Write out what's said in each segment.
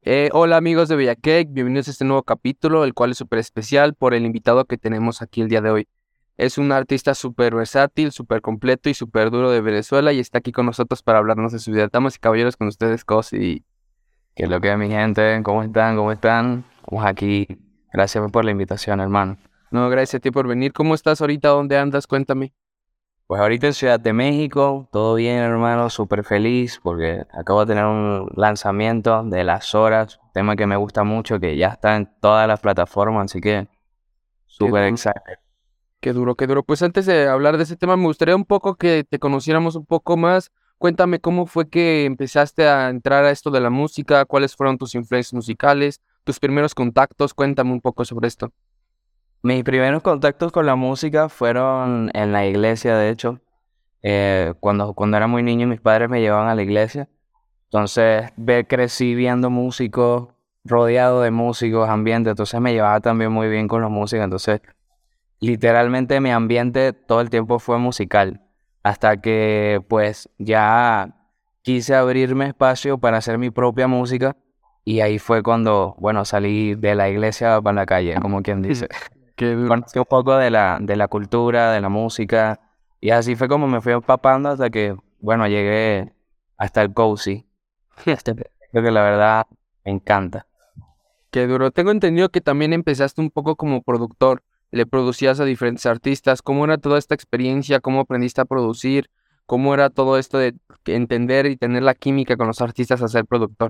Hola amigos de Bellaquec, bienvenidos a este nuevo capítulo, el cual es súper especial por el invitado que tenemos aquí el día de hoy. Es un artista súper versátil, súper completo y súper duro de Venezuela y está aquí con nosotros para hablarnos de su vida. Damas y caballeros, con ustedes, Cosi. ¿Qué es lo que es, mi gente? ¿Cómo están? ¿Cómo están? Estamos aquí. Gracias por la invitación, hermano. No, gracias a ti por venir. ¿Cómo estás ahorita? ¿Dónde andas? Cuéntame. Pues ahorita en Ciudad de México, todo bien, hermano, súper feliz porque acabo de tener un lanzamiento de Las Horas, tema que me gusta mucho, que ya está en todas las plataformas, así que Qué súper duro, excited. qué duro, qué duro. Pues antes de hablar de ese tema, me gustaría un poco que te conociéramos un poco más. Cuéntame cómo fue que empezaste a entrar a esto de la música, cuáles fueron tus influencias musicales, tus primeros contactos. Cuéntame un poco sobre esto. Mis primeros contactos con la música fueron en la iglesia, de hecho. Cuando era muy niño, mis padres me llevaban a la iglesia. Entonces, crecí viendo músicos, rodeado de músicos, ambiente, entonces me llevaba también muy bien con los músicos, entonces literalmente mi ambiente todo el tiempo fue musical, hasta que pues ya quise abrirme espacio para hacer mi propia música y ahí fue cuando, bueno, salí de la iglesia para la calle, como quien dice. Qué duro. Conocí un poco de la cultura, de la música y así fue como me fui empapando hasta que, bueno, llegué hasta el Cozy. Este proyecto que la verdad me encanta. Qué duro. Tengo entendido que también empezaste un poco como productor. Le producías a diferentes artistas. ¿Cómo era toda esta experiencia? ¿Cómo aprendiste a producir? ¿Cómo era todo esto de entender y tener la química con los artistas a ser productor?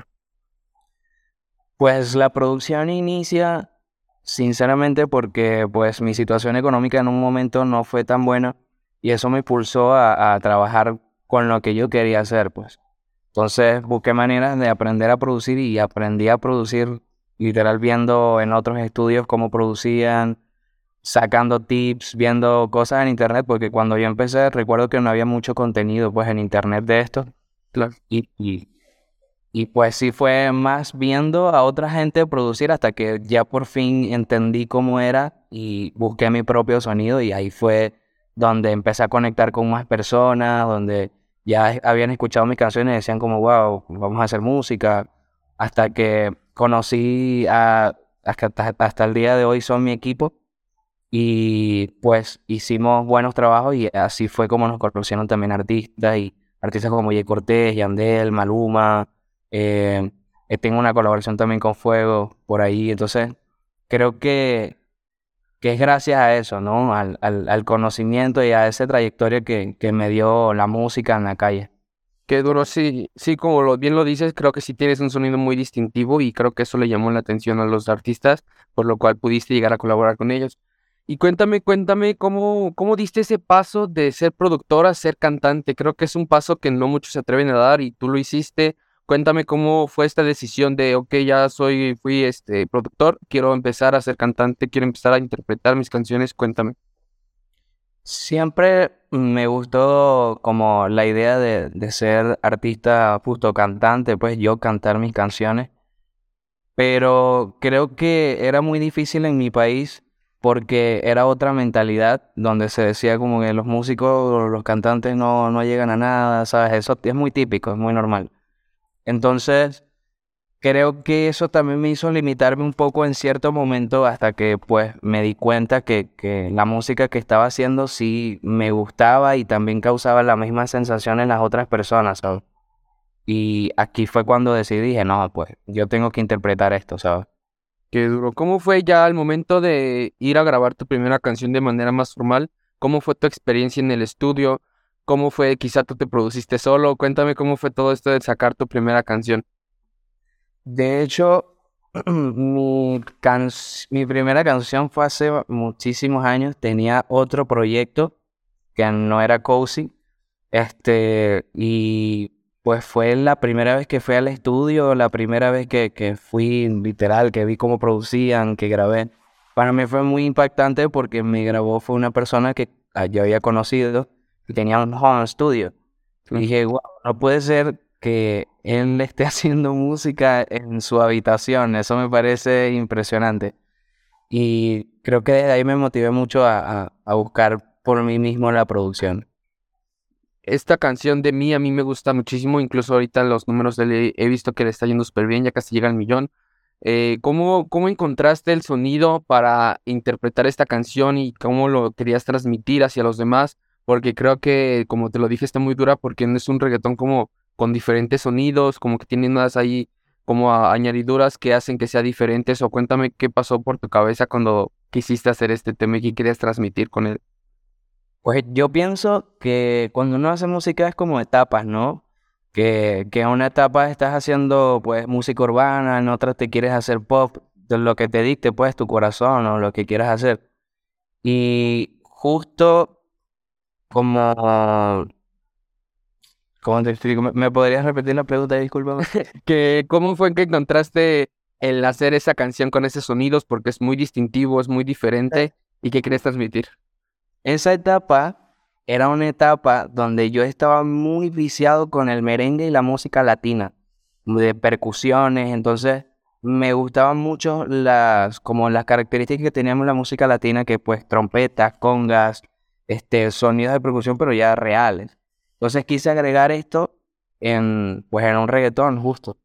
Pues la producción inicia sinceramente porque pues mi situación económica en un momento no fue tan buena y eso me impulsó a trabajar con lo que yo quería hacer pues. Entonces busqué maneras de aprender a producir y aprendí a producir literal viendo en otros estudios cómo producían, sacando tips, viendo cosas en internet, porque cuando yo empecé recuerdo que no había mucho contenido pues en internet de esto Claro. y, y, y pues sí fue más viendo a otra gente producir hasta que ya por fin entendí cómo era y busqué mi propio sonido y ahí fue donde empecé a conectar con más personas, donde ya habían escuchado mis canciones y decían como, wow, vamos a hacer música, hasta que conocí hasta el día de hoy son mi equipo y pues hicimos buenos trabajos y así fue como nos conocieron también artistas y artistas como Jay Cortés, Yandel, Maluma. eh, Tengo una colaboración también con Fuego por ahí. Entonces creo que es gracias a eso, ¿no? Al conocimiento y a esa trayectoria que me dio la música en la calle. Qué duro. Sí, sí, como bien lo dices, creo que sí tienes un sonido muy distintivo y creo que eso le llamó la atención a los artistas, por lo cual pudiste llegar a colaborar con ellos. Y cuéntame cómo diste ese paso de ser productor a ser cantante. Creo que es un paso que no muchos se atreven a dar y tú lo hiciste. Cuéntame cómo fue esta decisión de, ok, fui productor, quiero empezar a ser cantante, quiero empezar a interpretar mis canciones. Cuéntame. Siempre me gustó como la idea de ser artista, justo cantante, pues yo cantar mis canciones. Pero creo que era muy difícil en mi país porque era otra mentalidad donde se decía como que los músicos o los cantantes no llegan a nada, ¿sabes? Eso es muy típico, es muy normal. Entonces, creo que eso también me hizo limitarme un poco en cierto momento hasta que pues me di cuenta que la música que estaba haciendo sí me gustaba y también causaba la misma sensación en las otras personas, ¿sabes? Y aquí fue cuando decidí, dije, no, pues yo tengo que interpretar esto, ¿sabes? Qué duro. ¿Cómo fue ya al momento de ir a grabar tu primera canción de manera más formal? ¿Cómo fue tu experiencia en el estudio? ¿Cómo fue? Quizá tú te produciste solo. Cuéntame cómo fue todo esto de sacar tu primera canción. De hecho, mi primera canción fue hace muchísimos años. Tenía otro proyecto que no era Cozy. Y pues fue la primera vez que fui al estudio, la primera vez que fui literal, que vi cómo producían, que grabé. Para mí fue muy impactante porque me grabó fue una persona que yo había conocido y tenía un home studio. Y Claro. dije, wow, no puede ser que él esté haciendo música en su habitación. Eso me parece impresionante. Y creo que desde ahí me motivé mucho a buscar por mí mismo la producción. esta canción de mí a mí me gusta muchísimo, incluso ahorita los números de él he visto que le está yendo súper bien, ya casi llega al millón. ¿Cómo encontraste el sonido para interpretar esta canción y cómo lo querías transmitir hacia los demás? Porque creo que, como te lo dije, está muy dura porque no es un reggaetón como con diferentes sonidos, como que tiene unas ahí como añadiduras que hacen que sea diferentes. O cuéntame qué pasó por tu cabeza cuando quisiste hacer este tema y qué querías transmitir con él. Pues yo pienso que cuando uno hace música es como etapas, ¿no? Que en una etapa estás haciendo pues música urbana, en otra te quieres hacer pop, de lo que te dicte pues tu corazón o lo que quieras hacer. Y justo como, ¿cómo te explico? ¿Me podrías repetir la pregunta? Discúlpame. ¿Cómo fue que encontraste el hacer esa canción con esos sonidos? Porque es muy distintivo, es muy diferente. ¿Y qué quieres transmitir? Esa etapa era una etapa donde yo estaba muy viciado con el merengue y la música latina, de percusiones, entonces me gustaban mucho como las características que teníamos en la música latina, que pues trompetas, congas, sonidos de percusión, pero ya reales. Entonces quise agregar esto pues en un reggaetón justo.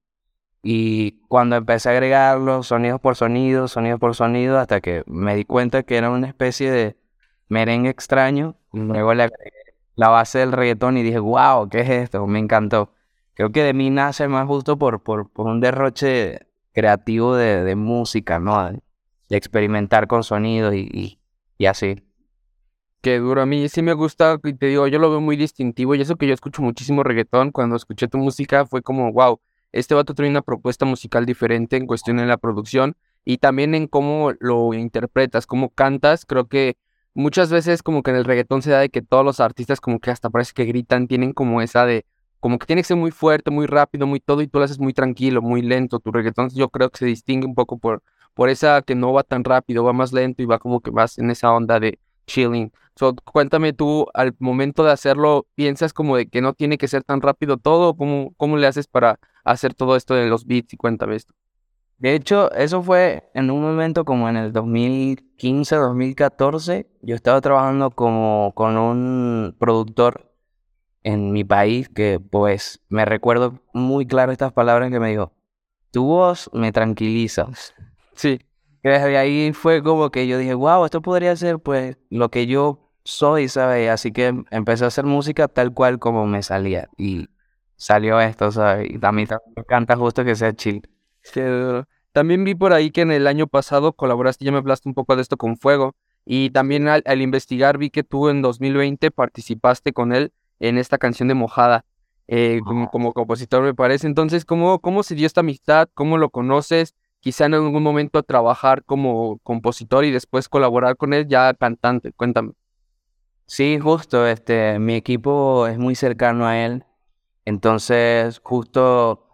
Y cuando empecé a agregarlo, sonidos por sonido, hasta que me di cuenta que era una especie de merengue extraño. Y luego le agregué la base del reggaetón y dije, wow, ¿qué es esto? Me encantó. Creo que de mí nace más justo por un derroche creativo de música, ¿no? De experimentar con sonidos y así. Qué duro, a mí sí me gusta, y te digo, yo lo veo muy distintivo, y eso que yo escucho muchísimo reggaetón, cuando escuché tu música fue como, wow, este vato trae una propuesta musical diferente en cuestión de la producción, y también en cómo lo interpretas, cómo cantas. Creo que muchas veces como que en el reggaetón se da de que todos los artistas como que hasta parece que gritan, tienen como esa de, como que tiene que ser muy fuerte, muy rápido, muy todo, y tú lo haces muy tranquilo, muy lento. Tu reggaetón yo creo que se distingue un poco por esa que no va tan rápido, va más lento y va como que vas en esa onda de chilling. So, cuéntame tú, al momento de hacerlo, ¿piensas como de que no tiene que ser tan rápido todo? ¿Cómo le haces para hacer todo esto de los beats? Y cuéntame esto. De hecho, eso fue en un momento como en el 2015, 2014. Yo estaba trabajando como con un productor en mi país que pues me recuerdo muy claro estas palabras que me dijo, tu voz me tranquiliza. Sí, Que desde ahí fue como que yo dije, wow, esto podría ser pues lo que yo soy, ¿sabes? Así que empecé a hacer música tal cual como me salía y salió esto, ¿sabes? Y a mí también me encanta justo que sea chill. qué duro. También vi por ahí que en el año pasado colaboraste, ya me hablaste un poco de esto con Fuego, y también al investigar vi que tú en 2020 participaste con él en esta canción de Mojada, como compositor me parece. Entonces, ¿cómo se dio esta amistad? ¿Cómo lo conoces? Quizá en algún momento trabajar como compositor y después colaborar con él ya cantante. Cuéntame. Sí, justo, mi equipo es muy cercano a él, entonces justo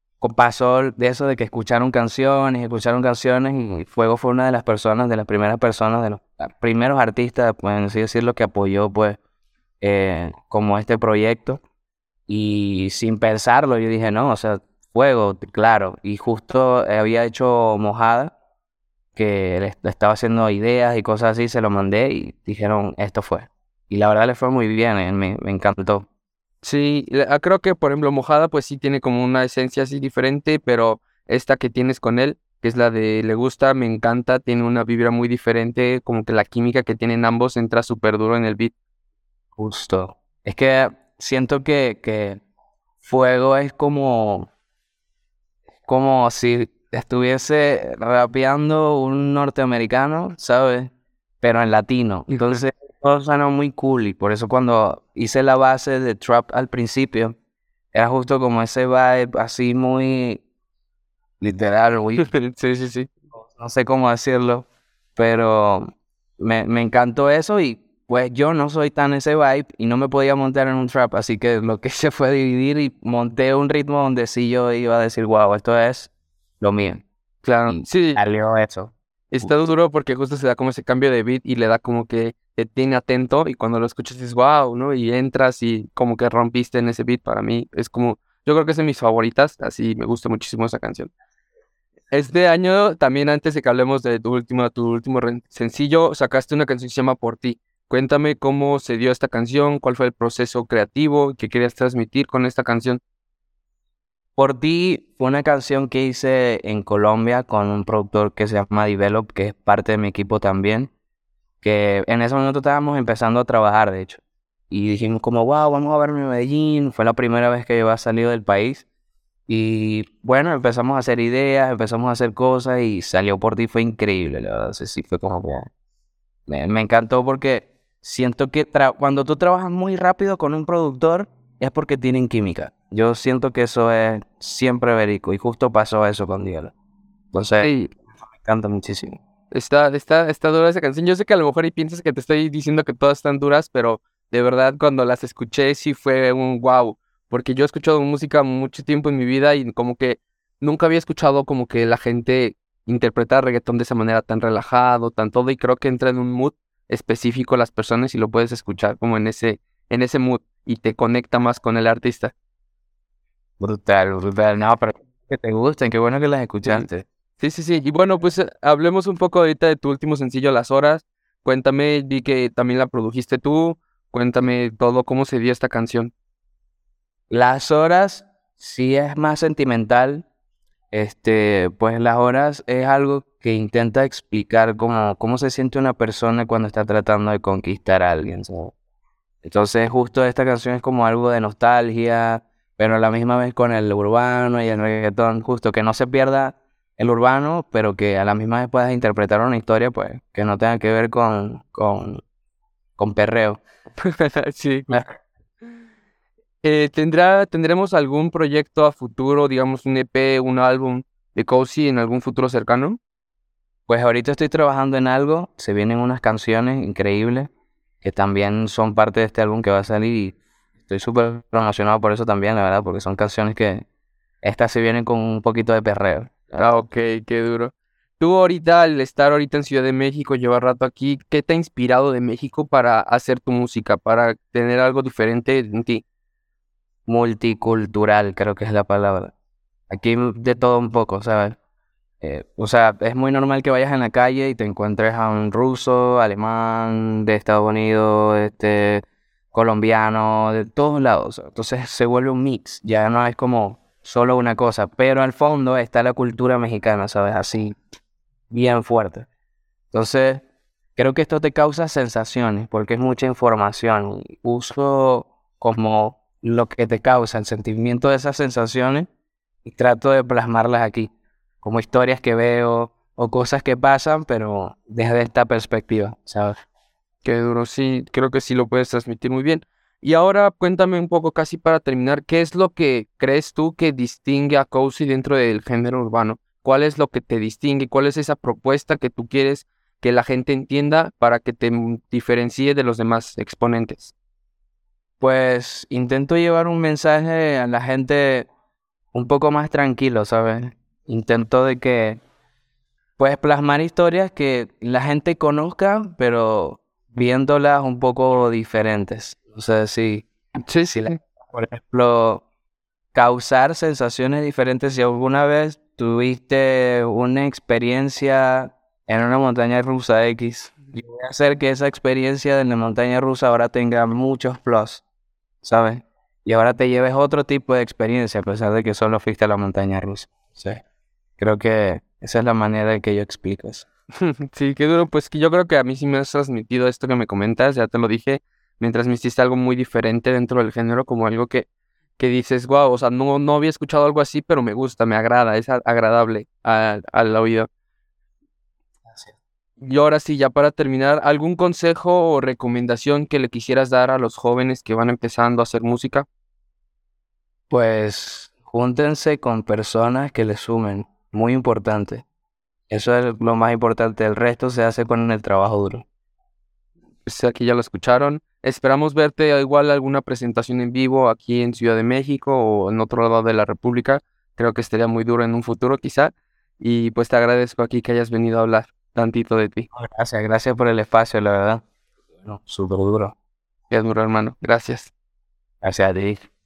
pasó de eso de que escucharon canciones y Fuego fue una de las personas, de las primeras personas, de los primeros artistas, pueden así decirlo, que apoyó pues como este proyecto y sin pensarlo yo dije, no, o sea, Fuego, claro, y justo había hecho Mojada, que le estaba haciendo ideas y cosas así, se lo mandé y dijeron, esto fue. Y la verdad le fue muy bien, me encantó. Sí, creo que por ejemplo Mojada pues sí tiene como una esencia así diferente, pero esta que tienes con él, que es la de Le gusta, me encanta, tiene una vibra muy diferente, como que la química que tienen ambos entra súper duro en el beat. Justo. Es que siento que Fuego es como si estuviese rapeando un norteamericano, ¿sabes? Pero en latino. Entonces, todo suena muy cool y por eso cuando hice la base de trap al principio, era justo como ese vibe así muy literal, muy, Sí, sí, sí. no sé cómo decirlo, pero me encantó eso y pues yo no soy tan ese vibe y no me podía montar en un trap, así que lo que hice fue dividir y monté un ritmo donde sí yo iba a decir, wow, esto es lo mío. Claro, Y sí, salió eso. está duro porque justo se da como ese cambio de beat y le da como que te tiene atento y cuando lo escuchas dices wow, ¿no? Y entras y como que rompiste en ese beat. Para mí es como, yo creo que es de mis favoritas, así me gusta muchísimo esa canción. Este año, también antes de que hablemos de tu último sencillo, sacaste una canción que se llama Por ti. Cuéntame cómo se dio esta canción, cuál fue el proceso creativo que querías transmitir con esta canción. Por ti fue una canción que hice en Colombia con un productor que se llama Develop, que es parte de mi equipo también, que en ese momento estábamos empezando a trabajar, de hecho. Y dijimos como, wow, vamos a verme en Medellín. Fue la primera vez que yo había salido del país. Y bueno, empezamos a hacer ideas, empezamos a hacer cosas y salió por ti, fue increíble, la verdad. Sí, fue como que me encantó porque siento que cuando tú trabajas muy rápido con un productor es porque tienen química. Yo siento que eso es siempre verico y justo pasó eso con Diego. Entonces, Sí, me encanta muchísimo. está dura esa canción. Yo sé que a lo mejor y piensas que te estoy diciendo que todas están duras, pero de verdad cuando las escuché sí fue un wow, porque yo he escuchado música mucho tiempo en mi vida y como que nunca había escuchado como que la gente interpretar reggaetón de esa manera tan relajado, tan todo, y creo que entra en un mood específico las personas y lo puedes escuchar como en ese mood y te conecta más con el artista. Brutal, brutal. No, pero que te gusten, qué bueno que las Sí. escuchaste. Sí, sí, sí. Y bueno, pues hablemos un poco ahorita de tu último sencillo, Las Horas. Cuéntame, vi que también la produjiste tú. Cuéntame todo, cómo se dio esta canción. Las horas sí es más sentimental. Pues las horas es algo que intenta explicar cómo se siente una persona cuando está tratando de conquistar a alguien, ¿sabes? Entonces, justo esta canción es como algo de nostalgia, pero a la misma vez con el urbano y el reggaetón, justo que no se pierda el urbano, pero que a la misma vez puedas interpretar una historia, pues, que no tenga que ver con perreo. Sí. ¿Tendremos algún proyecto a futuro, digamos un EP, un álbum de Cozy en algún futuro cercano? Pues ahorita estoy trabajando en algo, se vienen unas canciones increíbles que también son parte de este álbum que va a salir y estoy súper emocionado por eso también, la verdad, porque son canciones que estas se vienen con un poquito de perreo. Ah, ok, qué duro. Tú ahorita, al estar ahorita en Ciudad de México, llevar rato aquí, ¿qué te ha inspirado de México para hacer tu música, para tener algo diferente en ti? Multicultural, creo que es la palabra. Aquí de todo un poco, ¿sabes? O sea, es muy normal que vayas en la calle y te encuentres a un ruso, alemán, de Estados Unidos, colombiano, de todos lados. Entonces se vuelve un mix, ya no es como solo una cosa, pero al fondo está la cultura mexicana, ¿sabes? Así, bien fuerte. Entonces, creo que esto te causa sensaciones, porque es mucha información. Uso como lo que te causa el sentimiento de esas sensaciones y trato de plasmarlas aquí, como historias que veo o cosas que pasan, pero desde esta perspectiva, ¿sabes? Qué duro, sí, creo que sí lo puedes transmitir muy bien. Y ahora cuéntame un poco, casi para terminar, ¿qué es lo que crees tú que distingue a Cozy dentro del género urbano? ¿Cuál es lo que te distingue? ¿Cuál es esa propuesta que tú quieres que la gente entienda para que te diferencie de los demás exponentes? Pues intento llevar un mensaje a la gente un poco más tranquilo, ¿sabes? Intento de que puedes plasmar historias que la gente conozca, pero viéndolas un poco diferentes. O sea, Sí, si sí. por ejemplo, causar sensaciones diferentes. Si alguna vez tuviste una experiencia en una montaña rusa X, yo voy a hacer que esa experiencia de la montaña rusa ahora tenga muchos plus, ¿sabes? Y ahora te lleves otro tipo de experiencia, a pesar de que solo fuiste a la montaña rusa. Sí. Creo que esa es la manera de que yo explico eso. Sí, qué duro. Pues que yo creo que a mí sí me has transmitido esto que me comentas, ya te lo dije, mientras me hiciste algo muy diferente dentro del género, como algo que dices, wow, o sea, no había escuchado algo así, pero me gusta, me agrada, es agradable al oído. Gracias. Y ahora sí, ya para terminar, ¿algún consejo o recomendación que le quisieras dar a los jóvenes que van empezando a hacer música? Pues júntense con personas que les sumen, muy importante. Eso es lo más importante, el resto se hace con el trabajo duro. Pues aquí ya lo escucharon. Esperamos verte igual alguna presentación en vivo aquí en Ciudad de México o en otro lado de la República. Creo que estaría muy duro en un futuro quizá. Y pues te agradezco aquí que hayas venido a hablar tantito de ti. Gracias, gracias por el espacio, la verdad. Bueno, súper duro. Es duro, hermano. Gracias. Gracias a ti.